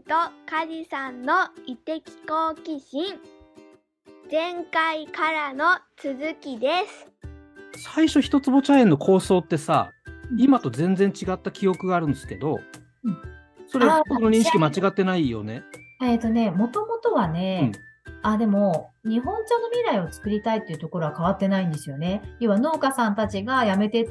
とカジさんの異的好奇心。前回からの続きです。 最初一坪茶園の構想ってさ、今と全然違った記憶があるんですけど、それ僕の認識間違ってないよね。 もともとはね、でも、日本茶の未来を作りたいっていうところは変わってないんですよね。要は農家さんたちが辞めてって、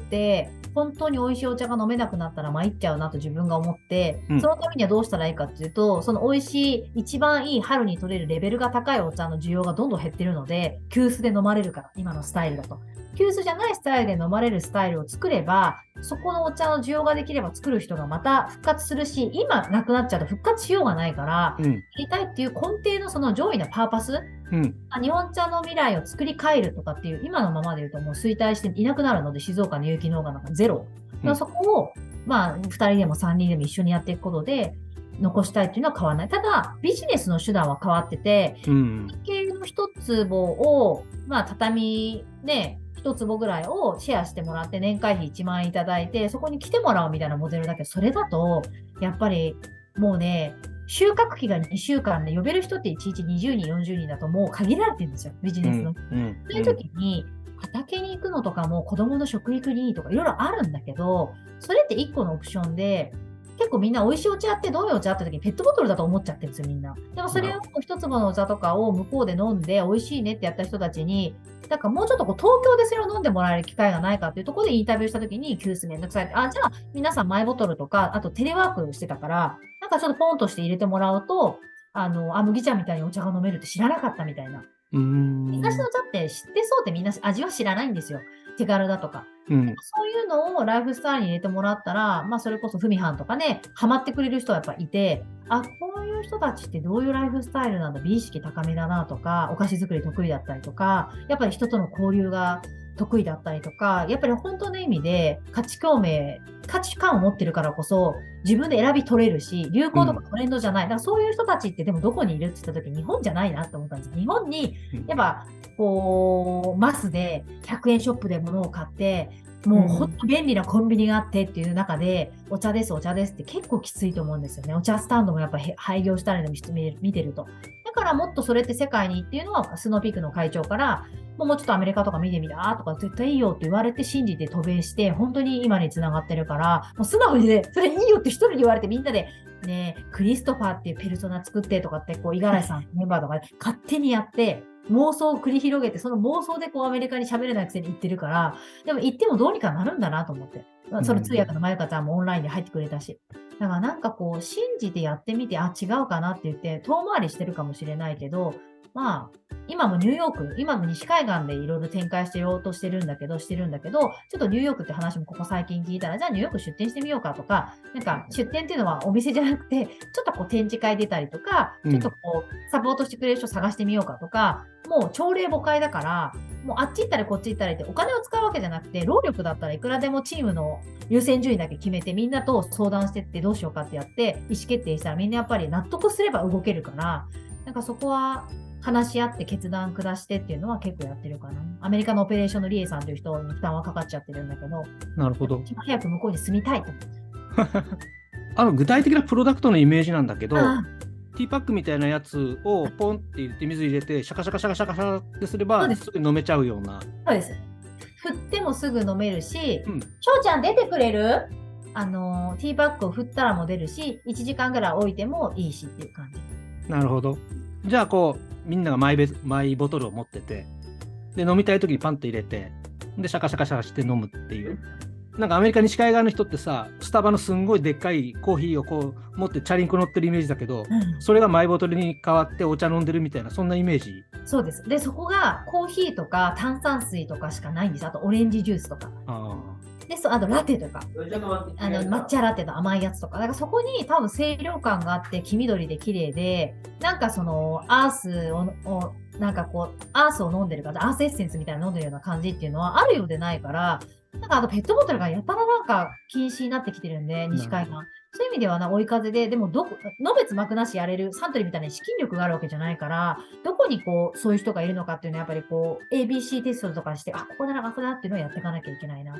本当に美味しいお茶が飲めなくなったら参っちゃうなと自分が思って、そのためにはどうしたらいいかっていうと、その美味しい、一番いい春に取れるレベルが高いお茶の需要がどんどん減ってるので、急須で飲まれるから、今のスタイルだと。急須じゃないスタイルで飲まれるスタイルを作れば、そこのお茶の需要ができれば作る人がまた復活するし、今なくなっちゃうと復活しようがないから、やりたいっていう根底のその上位なパーパス、日本茶の未来を作り変えるとかっていう、今のままで言うともう衰退していなくなるので、静岡の有機農家なんかゼロ。そこを、2人でも3人でも一緒にやっていくことで、残したいっていうのは変わらない。ただ、ビジネスの手段は変わってて、経の一坪を、畳ね、一坪ぐらいをシェアしてもらって年会費1万円いただいて、そこに来てもらうみたいなモデルだけど、それだと、やっぱりもうね、収穫期が2週間で呼べる人って1日20人、40人だともう限られてるんですよ、ビジネスの。そういう時に、畑に行くのとかも子供の食育にとかいろいろあるんだけど、それって1個のオプションで、結構みんな美味しいお茶ってどういうお茶って時にペットボトルだと思っちゃってるんですよ、みんな。でもそれを一粒のお茶とかを向こうで飲んで美味しいねってやった人たちに、だからもうちょっと東京でそれを飲んでもらえる機会がないかっていうところでインタビューした時に急須めんどくさいって、じゃあ皆さんマイボトルとか、あとテレワークしてたから、なんかちょっとポンとして入れてもらうと、麦茶みたいにお茶が飲めるって知らなかったみたいな。昔のお茶って知ってそうってみんな味は知らないんですよ。手軽だとか。そういうのをライフスタイルに入れてもらったら、それこそフミハンとかね、ハマってくれる人はやっぱいて、こういう人たちってどういうライフスタイルなんだ、美意識高めだなとか、お菓子作り得意だったりとか、やっぱり人との交流が得意だったりとか、やっぱり本当の意味で価値観を持ってるからこそ、自分で選び取れるし、流行とかトレンドじゃない。だからそういう人たちってでもどこにいるって言った時、日本じゃないなって思ったんです。日本に、やっぱ、マスで100円ショップで物を買って、もうほんと便利なコンビニがあってっていう中で、お茶ですって結構きついと思うんですよね。お茶スタンドもやっぱ廃業したりの見てると。だからもっとそれって世界にっていうのは、スノーピークの会長から、もうちょっとアメリカとか見てみたとか絶対いいよって言われて信じて渡米して、本当に今に繋がってるから、もう素直にね、それいいよって一人に言われてみんなで、ね、クリストファーっていうペルソナ作ってとかって、五十嵐さんメンバーとかで勝手にやって、妄想を繰り広げて、その妄想でアメリカに喋れないくせに行ってるから、でも行ってもどうにかなるんだなと思って。その通訳のまゆかちゃんもオンラインで入ってくれたし。だからなんか信じてやってみて、違うかなって言って、遠回りしてるかもしれないけど、今もニューヨーク、今も西海岸でいろいろ展開してようとしてるんだけど、ちょっとニューヨークって話もここ最近聞いたら、じゃあニューヨーク出店してみようかとか、なんか出店っていうのはお店じゃなくて、ちょっと展示会出たりとか、ちょっとサポートしてくれる人探してみようかとか、もう朝令暮改だから、もうあっち行ったりこっち行ったりってお金を使うわけじゃなくて、労力だったらいくらでもチームの優先順位だけ決めて、みんなと相談してってどうしようかってやって、意思決定したらみんなやっぱり納得すれば動けるから、なんかそこは話し合って決断下してっていうのは結構やってるかな。アメリカのオペレーションのリエさんという人に負担はかかっちゃってるんだけど、 なるほど。 早く向こうに住みたいと。 具体的なプロダクトのイメージなんだけど、ティーパックみたいなやつをポンって入れて水入れてシャカシャカシャカシャカシャってすればすぐ飲めちゃうような。 そうです。振ってもすぐ飲めるし、翔ちゃん出てくれる？ティーパックを振ったらも出るし、1時間ぐらい置いてもいいしっていう感じ。 なるほど。じゃあみんながマイボトルを持ってて、で飲みたい時にパンって入れて、でシャカシャカシャカして飲むっていう。なんかアメリカ西海岸の人ってさ、スタバのすんごいでっかいコーヒーを持ってチャリンコ乗ってるイメージだけど、それがマイボトルに変わってお茶飲んでるみたいな、そんなイメージ。 そうです。で、そこがコーヒーとか炭酸水とかしかないんです。あとオレンジジュースとか。で、あとラテとか。抹茶ラテの甘いやつとか。だからそこに多分清涼感があって黄緑で綺麗で、なんかアースをアースを飲んでるから、アースエッセンスみたいな飲んでるような感じっていうのはあるようでないから、なんかペットボトルがやたらなんか禁止になってきてるんで、西海岸。そういう意味では追い風で、でものべつ幕なしやれるサントリーみたいな資金力があるわけじゃないから、どこにそういう人がいるのかっていうのはやっぱりABC テストとかして、ここだな、ここだっていうのをやっていかなきゃいけないな。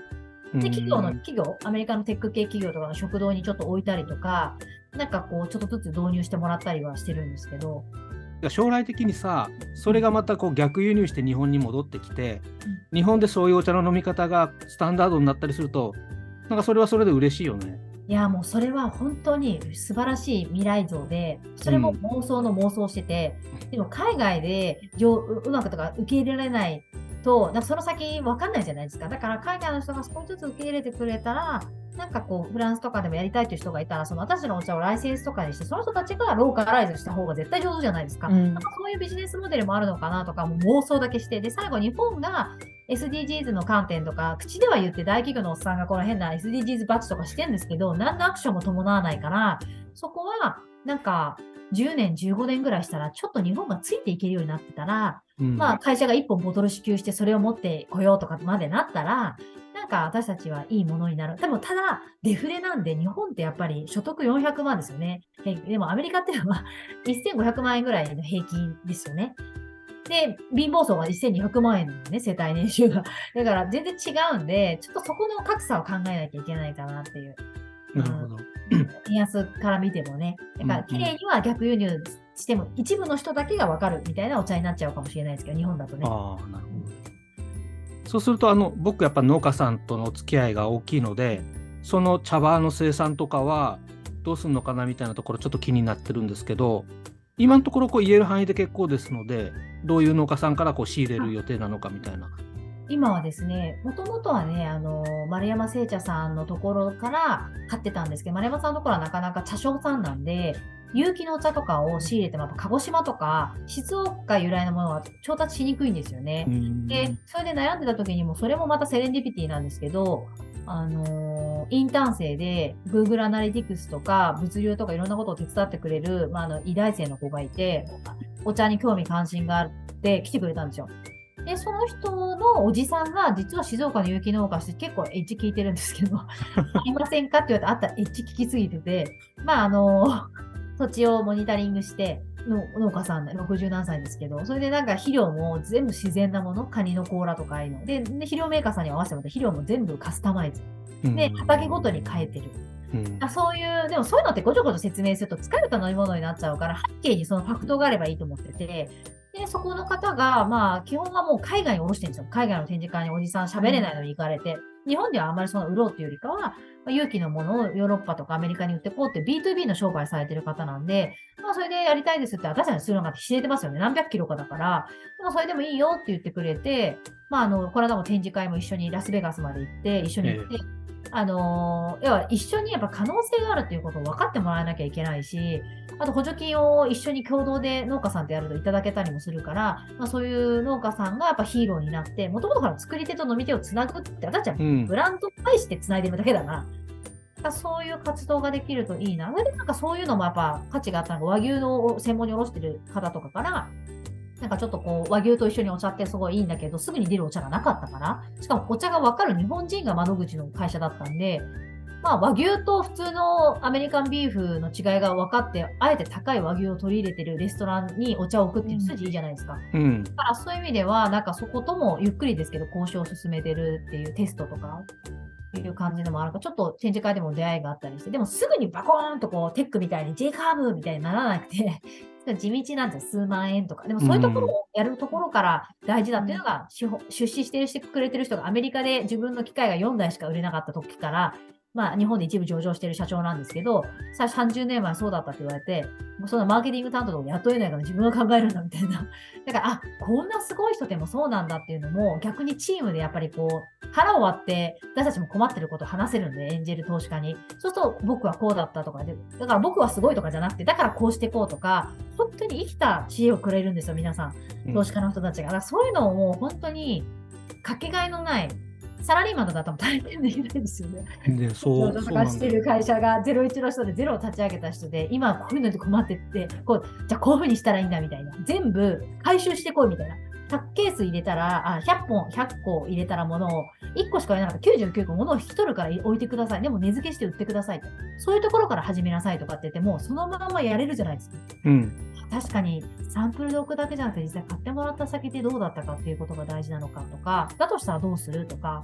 で、アメリカのテック系企業とかの食堂にちょっと置いたりとか、なんかこう、ちょっとずつ導入してもらったりはしてるんですけど。 将来的にさ、それがまたこう逆輸入して日本に戻ってきて、日本でそういうお茶の飲み方がスタンダードになったりすると、なんかそれはそれで嬉しいよね。 いや、もうそれは本当に素晴らしい未来像で、それも妄想の妄想してて、でも海外でうまくとか受け入れられないと、なんかその先わかんないじゃないですか。だから海外の人が少しずつ受け入れてくれたら、なんかこう、フランスとかでもやりたいという人がいたら、その私のお茶をライセンスとかにして、その人たちがローカライズした方が絶対上手じゃないですか。なんかそういうビジネスモデルもあるのかなとか、もう妄想だけして、で、最後日本がSDGs の観点とか、口では言って大企業のおっさんがこの変な SDGs バッジとかしてるんですけど、何のアクションも伴わないから、そこは、なんか、10年、15年ぐらいしたら、ちょっと日本がついていけるようになってたら、まあ、会社が1本ボトル支給して、それを持ってこようとかまでなったら、なんか私たちはいいものになる。でも、ただ、デフレなんで、日本ってやっぱり所得400万ですよね。でも、アメリカっていうのは1500万円ぐらいの平均ですよね。で、貧乏層が1200万円のね、世帯年収が。だから全然違うんで、ちょっとそこの格差を考えなきゃいけないかなっていう。 なるほど。 円安から見てもね。だから、綺麗には逆輸入しても、一部の人だけが分かるみたいなお茶になっちゃうかもしれないですけど、日本だとね。 ああ、なるほど。そうすると、僕やっぱ農家さんとのお付き合いが大きいので、その茶葉の生産とかはどうするのかなみたいなところちょっと気になってるんですけど、今のところこう言える範囲で結構ですので、どういう農家さんからこう仕入れる予定なのかみたいな。 今はですね、もともとはね、丸山製茶さんのところから買ってたんですけど、丸山さんのところはなかなか茶商さんなんで、有機のお茶とかを仕入れても、やっぱ鹿児島とか静岡由来のものは調達しにくいんですよね。で、それで悩んでた時にも、それもまたセレンディピティなんですけど、インターン生で Google アナリティクスとか物流とかいろんなことを手伝ってくれる、医大生の子がいて、お茶に興味関心があって来てくれたんですよ。で、その人のおじさんが実は静岡の有機農家して結構エッジ聞いてるんですけど、ありませんかって言われてあったらエッジ聞きすぎてて、土地をモニタリングして、農家さん60何歳ですけど、それでなんか肥料も全部自然なもの、カニの甲羅とかああいうの。で、肥料メーカーさんに合わせてもらって肥料も全部カスタマイズ。で、畑ごとに変えてる。そういう、でもそういうのってごちょごちょ説明すると疲れた飲み物になっちゃうから、背景にそのファクトがあればいいと思ってて、で、そこの方が、基本はもう海外に卸してるんですよ。海外の展示会におじさん喋れないのに行かれて、日本ではあんまりその売ろうっていうよりかは、有機のものをヨーロッパとかアメリカに売ってこうって B2B の商売されてる方なんで、それでやりたいですって私たちにするのが知れてますよね。何百キロかだから、それでもいいよって言ってくれて、この間も展示会も一緒にラスベガスまで行って、一緒に行って、要は一緒にやっぱ可能性があるっていうことを分かってもらわなきゃいけないし、あと補助金を一緒に共同で農家さんとやるといただけたりもするから、そういう農家さんがやっぱヒーローになって、もともとから作り手と飲み手をつなぐって、私はブランドを介してつないでるだけだな。そういう活動ができるといいな。それでなんかそういうのもやっぱ価値があったのが和牛の専門に卸してる方とかから、なんかちょっとこう和牛と一緒にお茶ってすごいいいんだけど、すぐに出るお茶がなかったから、しかもお茶が分かる日本人が窓口の会社だったんで、和牛と普通のアメリカンビーフの違いが分かって、あえて高い和牛を取り入れてるレストランにお茶を置くっていう筋いいじゃないですか。だからそういう意味では、なんかそこともゆっくりですけど交渉を進めてるっていうテストとか、いう感じのもあるから、ちょっと展示会でも出会いがあったりして、でもすぐにバコーンとこうテックみたいに J カーブみたいにならなくて、地道なんですよ、数万円とか。でもそういうところをやるところから大事だっていうのが、出資してくれてる人がアメリカで自分の機械が4台しか売れなかった時から、日本で一部上場してる社長なんですけど、最初30年前そうだったって言われて、もうそんなマーケティング担当とか雇えないから自分が考えるんだみたいな。だから、こんなすごい人でもそうなんだっていうのも、逆にチームでやっぱりこう、腹を割って私たちも困ってることを話せるんで、エンジェル投資家に。そうすると僕はこうだったとかで、だから僕はすごいとかじゃなくて、だからこうしてこうとか、本当に生きた知恵をくれるんですよ、皆さん。投資家の人たちが。だからそういうのをもう本当にかけがえのない、サラリーマンだったら大変できないですよね。 で、そう。 探してる会社が01の人でゼロを立ち上げた人で、今こういうので困ってって、じゃあこういうふうにしたらいいんだみたいな。全部回収してこいみたいな。100ケース入れたら、100個入れたらものを、1個しか入れなかったら99個ものを引き取るから置いてください。でも値付けして売ってくださいと。そういうところから始めなさいとかって言っても、そのままやれるじゃないですか。確かにサンプルで置くだけじゃなくて実際買ってもらった先でどうだったかっていうことが大事なのかとか、だとしたらどうするとか、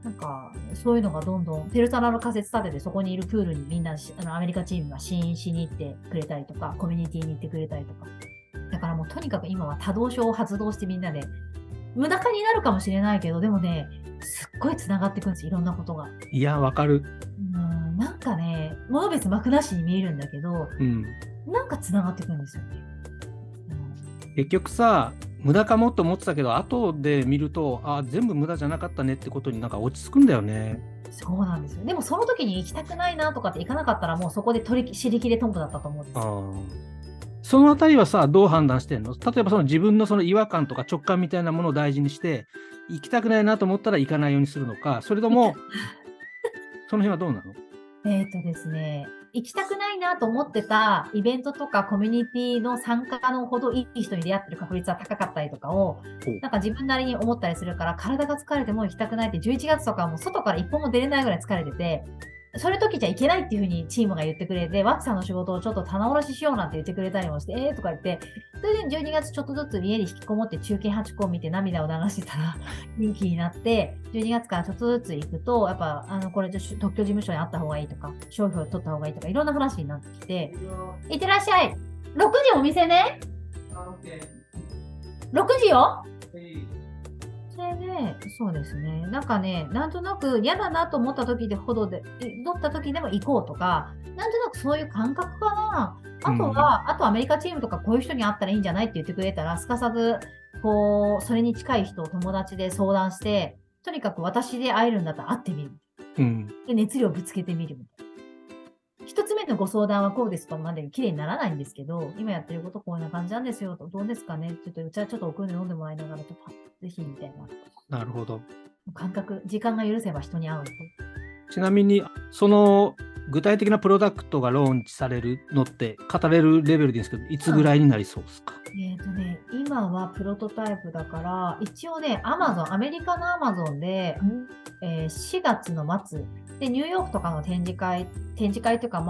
なんか、そういうのがどんどん、ペルソナル仮説立てて、そこにいるプールにみんなアメリカチームが支援しに行ってくれたりとか、コミュニティに行ってくれたりとか。だからもうとにかく今は多動症を発動してみんなで、無駄化になるかもしれないけど、でもね、すっごい繋がっていくんです、いろんなことが。 いや、わかる。 なんかね、物別幕なしに見えるんだけど、なんか繋がっていくんですよね。 結局さ、無駄かもと思ってたけど、後で見ると、全部無駄じゃなかったねってことになんか落ち着くんだよね。 そうなんですよ。でもその時に行きたくないなとかって行かなかったら、もうそこで尻切れトンボだったと思うんですよ。 そのあたりはさ、どう判断してんの？例えばその自分のその違和感とか直感みたいなものを大事にして、行きたくないなと思ったら行かないようにするのか、それとも、その辺はどうなの？ ですね、行きたくないなと思ってたイベントとかコミュニティの参加のほどいい人に出会ってる確率は高かったりとかを、なんか自分なりに思ったりするから、体が疲れてもう行きたくないって、11月とかはもう外から一歩も出れないぐらい疲れてて、それ時じゃいけないっていうふうにチームが言ってくれて、ワキさんの仕事をちょっと棚卸ししようなんて言ってくれたりもして、とか言って、それで12月ちょっとずつ家に引きこもって中継8個を見て涙を流してたら人気になって、12月からちょっとずつ行くと、やっぱ、これ特許事務所にあった方がいいとか、商標を取った方がいいとか、いろんな話になってきて、いってらっしゃい !6 時お店ね !6 時よそれで、そうですね。なんかね、なんとなく嫌だなと思った時で取った時でも行こうとか、なんとなくそういう感覚かな。あとアメリカチームとかこういう人に会ったらいいんじゃないって言ってくれたら、すかさず、それに近い人を友達で相談して、とにかく私で会えるんだったら会ってみる。で、熱量ぶつけてみるみたいな。一つ目のご相談はこうですとまで綺麗にならないんですけど、今やってることこういう感じなんですよと、どうですかねちょっと、うちはちょっと送るの飲んでもらいながら、ぜひみたいな。 なるほど。 感覚、時間が許せば人に会う。 ちなみに、その具体的なプロダクトがローンチされるのって語れるレベルですけど、いつぐらいになりそうですか？ 今はプロトタイプだから、一応ね、アメリカのアマゾンで、4月の末で、ニューヨークとかの展示会というか、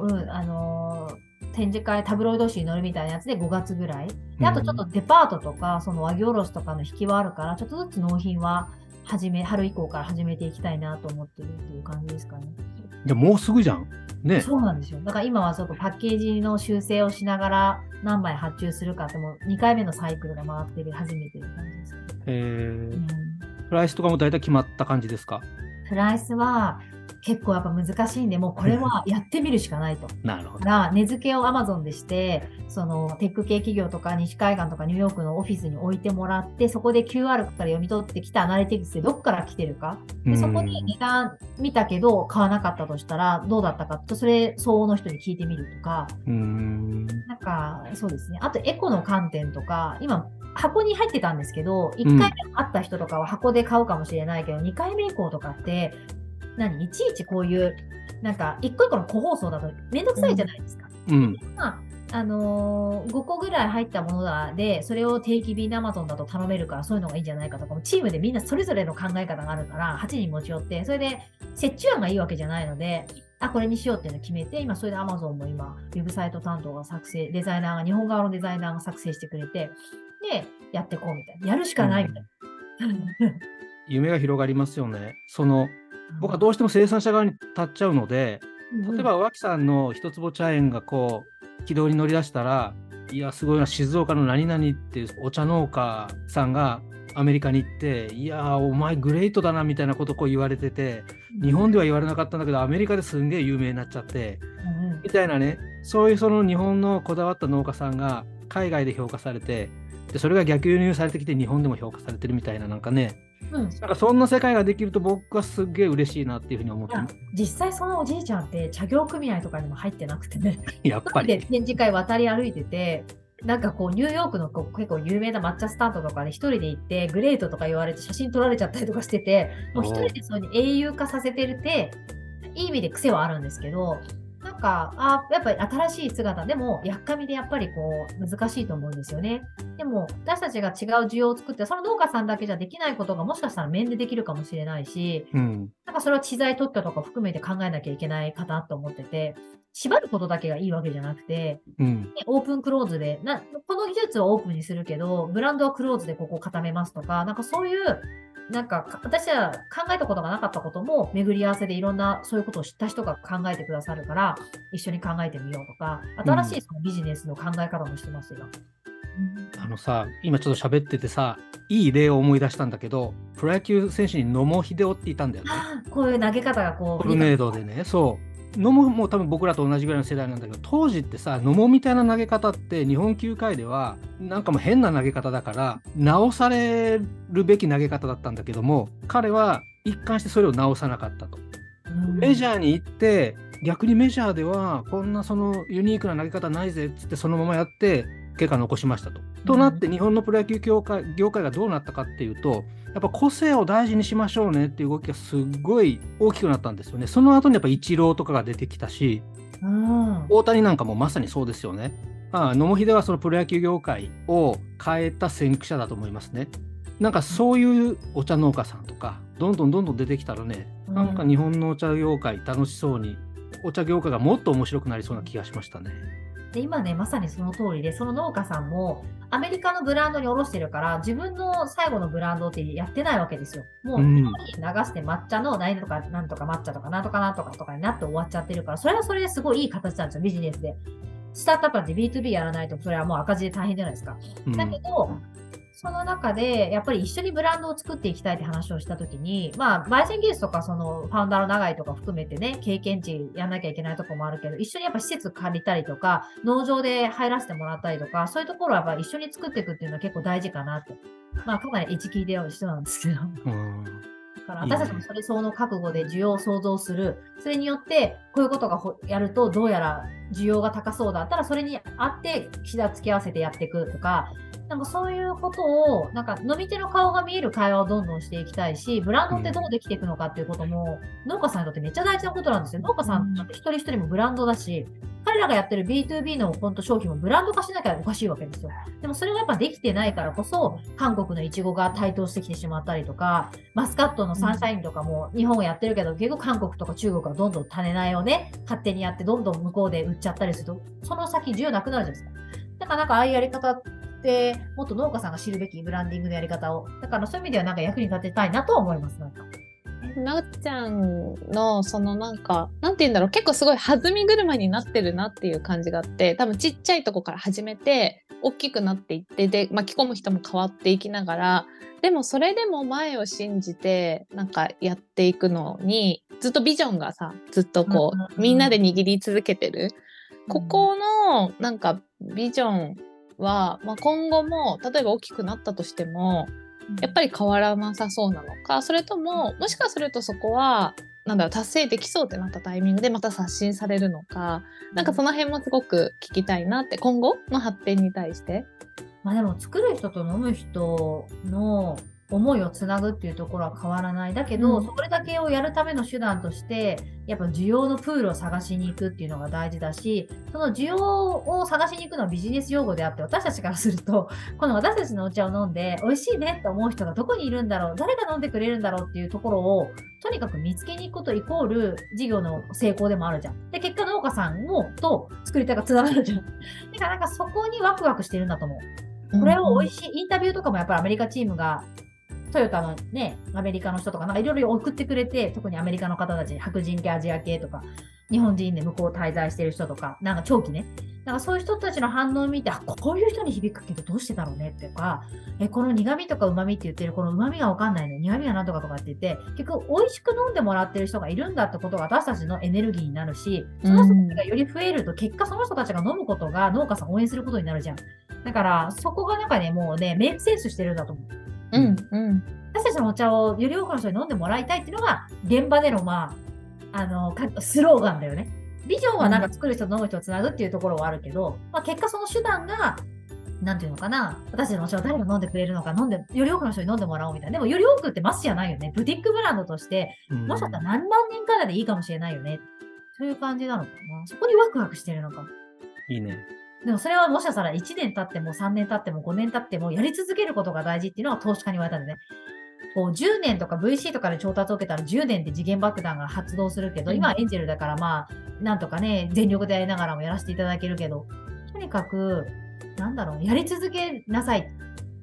展示会、タブロイド紙に載るみたいなやつで5月ぐらい。で、あとちょっとデパートとか、その和行卸とかの引きはあるから、ちょっとずつ納品は春以降から始めていきたいなと思ってるっていう感じですかね。 じゃあもうすぐじゃん。ね。 そうなんですよ。だから今はちょっとパッケージの修正をしながら何枚発注するかってもう2回目のサイクルが回って始めてる感じですね。 プライスとかも大体決まった感じですか？ プライスは結構やっぱ難しいんで、もうこれはやってみるしかないと。 なるほど。 だから値付けを Amazon でして、そのテック系企業とか西海岸とかニューヨークのオフィスに置いてもらって、そこで QR から読み取ってきたアナリティクスでどこから来てるか。でそこに値段見たけど買わなかったとしたらどうだったかと、それ相応の人に聞いてみるとか。なんかそうですね。あとエコの観点とか、今箱に入ってたんですけど、1回目会った人とかは箱で買うかもしれないけど、2回目以降とかって、いちいちこういう、なんか、一個一個の個包装だとめんどくさいじゃないですか。5個ぐらい入ったもので、それを定期便で Amazon だと頼めるから、そういうのがいいんじゃないかとかも、チームでみんなそれぞれの考え方があるから、8人持ち寄って、それで折衷案がいいわけじゃないので、これにしようっていうのを決めて、今、それで Amazon も今、ウェブサイト担当が日本側のデザイナーが作成してくれて、で、やっていこうみたいな。やるしかないみたいな。 夢が広がりますよね。僕はどうしても生産者側に立っちゃうので、例えば脇さんの一坪茶園が軌道に乗り出したら、いやすごいな、静岡の何々っていうお茶農家さんがアメリカに行って、いやお前グレートだなみたいなことを言われてて、日本では言われなかったんだけどアメリカですんげえ有名になっちゃって、みたいなね、そういうその日本のこだわった農家さんが海外で評価されて、でそれが逆輸入されてきて日本でも評価されてるみたいな、なんかね、なんかそんな世界ができると僕はすっげえ嬉しいなっていうふうに思ってます。 実際そのおじいちゃんって茶業組合とかにも入ってなくてね、 やっぱりで展示会渡り歩いてて、なんかニューヨークの結構有名な抹茶スタンドとかで一人で行ってグレートとか言われて写真撮られちゃったりとかしてて、もう一人でそうに英雄化させてるって、いい意味で癖はあるんですけど、なんか、やっぱり新しい姿でも、やっかみでやっぱり難しいと思うんですよね。でも、私たちが違う需要を作って、その農家さんだけじゃできないことがもしかしたら面でできるかもしれないし、なんかそれは知財特許とか含めて考えなきゃいけないかなと思ってて、縛ることだけがいいわけじゃなくて、オープンクローズでこの技術はオープンにするけど、ブランドはクローズでここを固めますとか、なんかそういう、 なんか私は考えたことがなかったことも巡り合わせでいろんなそういうことを知った人が考えてくださるから一緒に考えてみようとか、新しいそのビジネスの考え方もしてますよ。 今ちょっと喋っててさ、いい例を思い出したんだけど、プロ野球選手に野茂英雄っていたんだよね。 こういう投げ方がこう。 トルネードでね、そう。野茂も多分僕らと同じぐらいの世代なんだけど、当時ってさ、野茂みたいな投げ方って日本球界ではなんかもう変な投げ方だから直されるべき投げ方だったんだけども、彼は一貫してそれを直さなかったと。メジャーに行って逆にメジャーではこんなそのユニークな投げ方ないぜっつってそのままやって結果残しましたと。となって日本のプロ野球業界がどうなったかっていうと、やっぱ個性を大事にしましょうねっていう動きがすっごい大きくなったんですよね。その後にやっぱイチローとかが出てきたし、大谷なんかもまさにそうですよね。野茂英雄はそのプロ野球業界を変えた先駆者だと思いますね。なんかそういうお茶農家さんとかどんどん出てきたらね、なんか日本のお茶業界楽しそうに、お茶業界がもっと面白くなりそうな気がしましたね。 で今ね、まさにその通りで、その農家さんもアメリカのブランドに卸してるから、自分の最後のブランドってやってないわけですよ。もう日本に流して抹茶の何とかなんとか抹茶とかなんとかなんとかとかになって終わっちゃってるから、それはそれですごいいい形なんですよ、ビジネスで。スタートアップなんて B2B やらないと、それはもう赤字で大変じゃないですか。だけど、その中で、やっぱり一緒にブランドを作っていきたいって話をしたときに、まあ、焙煎技術とか、その、ファウンダーの長いとか含めてね、経験値やんなきゃいけないところもあるけど、一緒にやっぱ施設借りたりとか、農場で入らせてもらったりとか、そういうところはやっぱ一緒に作っていくっていうのは結構大事かなって。まあ、かなりエチキーでは人なんですけど。だから私たちもそれ相応覚悟で需要を創造する。それによって、こういうことがやると、どうやら需要が高そうだったら、それに合って岸田付き合わせてやっていくとか、なんかそういうことを、なんか飲み手の顔が見える会話をどんどんしていきたいし、ブランドってどうできていくのかっていうことも、農家さんにとってめっちゃ大事なことなんですよ。農家さんって一人一人もブランドだし、彼らがやってる B2B の本当商品もブランド化しなきゃおかしいわけですよ。でもそれがやっぱできてないからこそ、韓国のイチゴが台頭してきてしまったりとか、マスカットのサンシャインとかも日本がやってるけど、結構韓国とか中国がどんどん種苗をね、勝手にやってどんどん向こうで売っちゃったりすると、その先需要なくなるじゃないですか。だからなんかああいうやり方でもっと農家さんが知るべきブランディングのやり方を。だからそういう意味ではなんか役に立てたいなとは思います。なんか。 なおちゃんのそのなんか、なんて言うんだろう、結構すごい弾み車になってるなっていう感じがあって、多分ちっちゃいとこから始めて、大きくなっていって、で、巻き込む人も変わっていきながら、でもそれでも前を信じて、なんかやっていくのに、ずっとビジョンがさ、ずっとこう、みんなで握り続けてる。ここの、なんか、ビジョンは、まあ、今後も、例えば大きくなったとしても、やっぱり変わらなさそうなのか、それとも、もしかするとそこは、なんだろう、達成できそうってなったタイミングでまた刷新されるのか、なんかその辺もすごく聞きたいなって、今後の発展に対して。 まあでも作る人と飲む人の思いをつなぐっていうところは変わらない。だけど、それだけをやるための手段として、やっぱ需要のプールを探しに行くっていうのが大事だし、その需要を探しに行くのはビジネス用語であって、私たちからすると、この私たちのお茶を飲んで、美味しいねって思う人がどこにいるんだろう、誰が飲んでくれるんだろうっていうところを、とにかく見つけに行くことイコール事業の成功でもあるじゃん。で、結果農家さんもと作り手がつながるじゃん。だからなんかそこにワクワクしてるんだと思う。これを美味しい、インタビューとかもやっぱりアメリカチームが、トヨタのね、アメリカの人とか、なんかいろいろ送ってくれて、特にアメリカの方たち、白人系、アジア系とか、日本人で向こう滞在してる人とか、なんか長期ね。なんかそういう人たちの反応を見て、こういう人に響くけどどうしてだろうねっていうか、この苦味とか旨味って言ってる、この旨味がわかんないのに、苦味がなんとかとかって言って、結局美味しく飲んでもらってる人がいるんだってことが私たちのエネルギーになるし、その人たちがより増えると、結果その人たちが飲むことが農家さんを応援することになるじゃん。だから、そこがなんかね、もうね、メイクセンスしてるんだと思う。私たちのお茶をより多くの人に飲んでもらいたいっていうのが、現場での、スローガンだよね。ビジョンはなんか作る人と飲む人をつなぐっていうところはあるけど、結果その手段が、なんていうのかな、私たちのお茶を誰が飲んでくれるのか、より多くの人に飲んでもらおうみたいな。でもより多くってマスじゃないよね。ブティックブランドとして、もしかしたら何万人からでいいかもしれないよね。そういう感じなのかな。そこにワクワクしてるのかも。 いいね。 でもそれはもしかしたら1年経っても3年経っても5年経ってもやり続けることが大事っていうのは投資家に言われたんでね。こう10年とか VC とかで調達を受けたら10年で時限爆弾が発動するけど、今はエンジェルだからなんとかね、全力でやりながらもやらせていただけるけど、とにかく、やり続けなさい。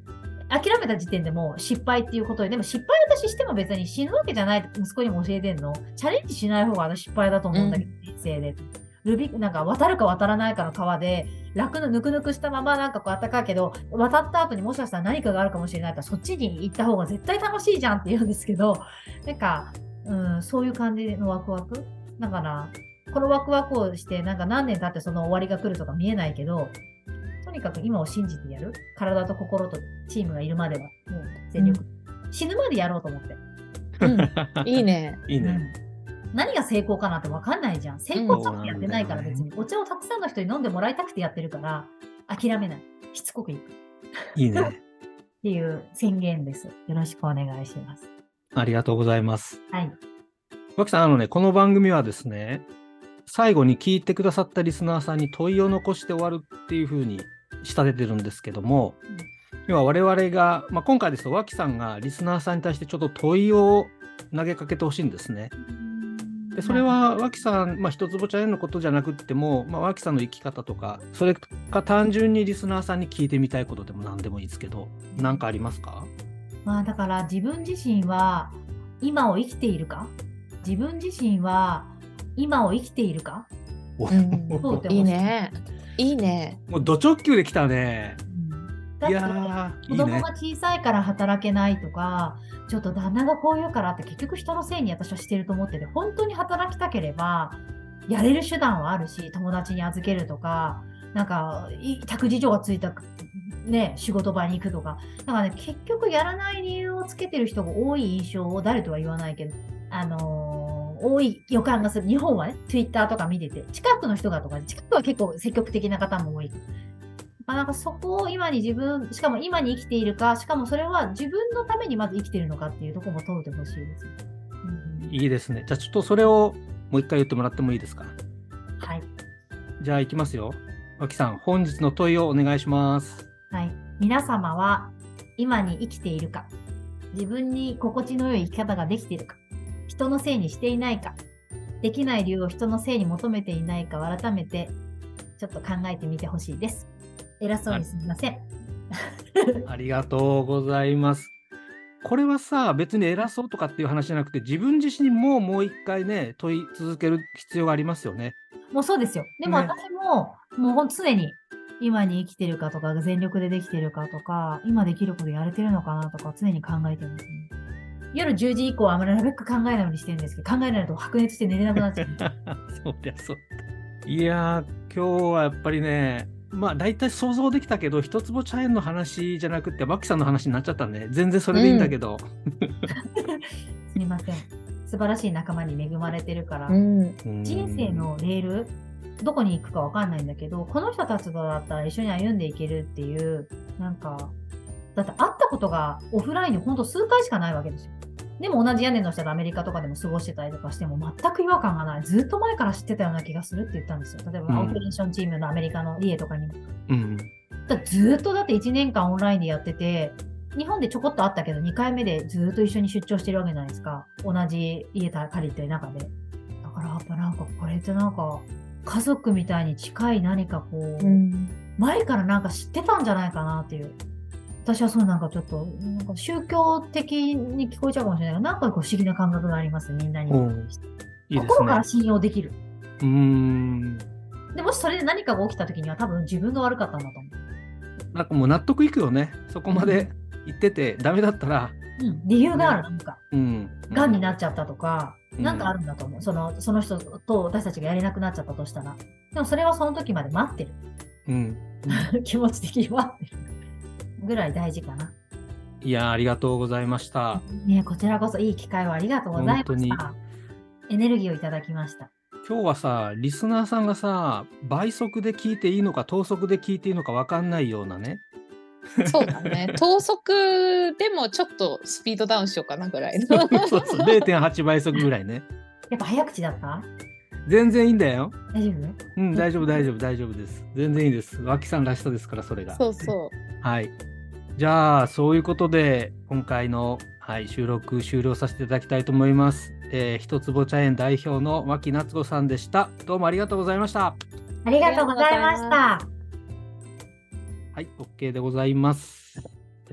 諦めた時点でもう失敗っていうことで、でも失敗私しても別に死ぬわけじゃないって息子にも教えてんの。チャレンジしない方が私失敗だと思うんだけど、人生で。なんか渡るか渡らないかの川で、楽のぬくぬくしたままなんかこう暖かいけど、渡った後にもしかしたら何かがあるかもしれないから、そっちに行った方が絶対楽しいじゃんって言うんですけど、なんか、そういう感じのワクワク。だから、このワクワクをして、なんか何年経ってその終わりが来るとか見えないけど、とにかく今を信じてやる。体と心とチームがいるまでは、もう全力。死ぬまでやろうと思って。 いいね。 いいね。 何が成功かなって分かんないじゃん。成功さってやってないから別に。お茶をたくさんの人に飲んでもらいたくてやってるから、諦めない。しつこくいく。 いいね。 っていう宣言です。よろしくお願いします。 ありがとうございます。 はい。 わきさん、この番組はですね、最後に聞いてくださったリスナーさんに問いを残して終わるっていう風に仕立ててるんですけども、要は我々が、今回ですと、わきさんがリスナーさんに対してちょっと問いを投げかけてほしいんですね。でそれはわきさん、一坪茶園のことじゃなくっても、わきさんの生き方とか、それか単純にリスナーさんに聞いてみたいことでも何でもいいですけど、何かありますか？ だから自分自身は今を生きているか？自分自身は今を生きているか？ いいね。いいね。 もうド直球できたね。 だって子供が小さいから働けないとか、ちょっと旦那がこう言うからって結局人のせいに私はしてると思ってて、本当に働きたければやれる手段はあるし、友達に預けるとか、なんか託児所がついたね、仕事場に行くとか、だからね、結局やらない理由をつけてる人が多い印象を誰とは言わないけど、多い予感がする。日本はね、Twitter とか見てて、近くの人がとか、近くは結構積極的な方も多い。なんかそこを今にしかも今に生きているか、しかもそれは自分のためにまず生きているのかっていうところも問うてほしいです。 いいですね。じゃあちょっとそれをもう一回言ってもらってもいいですか？ はい。 じゃあいきますよ。わきさん、本日の問いをお願いします。 はい。皆様は今に生きているか、自分に心地の良い生き方ができているか、人のせいにしていないか、できない理由を人のせいに求めていないかを改めてちょっと考えてみてほしいです。偉そうにすみません。 ありがとうございます。これはさ、別に偉そうとかっていう話じゃなくて、自分自身ももう一回ね、問い続ける必要がありますよね。 もうそうですよ。でも私も、もう常に今に生きてるかとか、全力でできてるかとか、今できることやれてるのかなとか常に考えてるんですね。夜10時以降はあまりなるべく考えないようにしてるんですけど、考えないと白熱して寝れなくなっちゃう。 そうだそうだ。いやー、今日はやっぱりね、大体想像できたけど、一坪茶園の話じゃなくて、わきさんの話になっちゃったね。全然それでいいんだけど。 すみません。素晴らしい仲間に恵まれてるから、人生のレール、どこに行くかわかんないんだけど、この人たちとだったら一緒に歩んでいけるっていう、なんか、だって会ったことがオフラインでほんと数回しかないわけですよ。でも同じ屋根の下でアメリカとかでも過ごしてたりとかしても全く違和感がない。ずっと前から知ってたような気がするって言ったんですよ。例えば、オペレーションチームのアメリカのリエとかにも。ずっとだって1年間オンラインでやってて、日本でちょこっとあったけど2回目でずっと一緒に出張してるわけじゃないですか。同じ家借りてる中で。だからやっぱなんかこれってなんか家族みたいに近い何かこう、前からなんか知ってたんじゃないかなっていう。私はそうなんかちょっとなんか宗教的に聞こえちゃうかもしれないけど、なんかこう不思議な感覚があります、みんなに。いいですね。心から信用できる。でもしそれで何かが起きた時には多分自分が悪かったんだと思う。 なんかもう納得いくよね。そこまで言っててダメだったら。 理由がある、なんか。癌になっちゃったとか、なんかあるんだと思う。その人と私たちがやれなくなっちゃったとしたら。でもそれはその時まで待ってる。気持ち的に待ってる。ぐらい大事かな。 いや、ありがとうございました。 こちらこそいい機会をありがとうございました。エネルギーをいただきました。 今日はさ、リスナーさんがさ、倍速で聞いていいのか等速で聞いていいのか分かんないようなね。 そうだね。等速でもちょっとスピードダウンしようかなぐらいの。 そう 0.8 倍速ぐらいね。 やっぱ早口だった？ 全然いいんだよ。 大丈夫？ 大丈夫です。全然いいです。わきさんらしさですから、それが。 そうそう。 はい。じゃあ、そういうことで、今回の、収録終了させていただきたいと思います。一坪茶園代表の脇夏子さんでした。どうもありがとうございました。 ありがとうございました。 はい、OK でございます。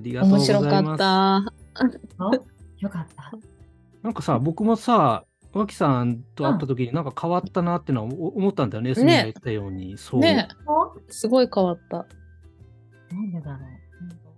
りがとうございます。 面白かった。 よかった。 なんかさ、僕もさ、脇さんと会った時になんか変わったなってのは思ったんだよね、エスミが言ったように。そう。 ね、すごい変わった。 なんでだろう。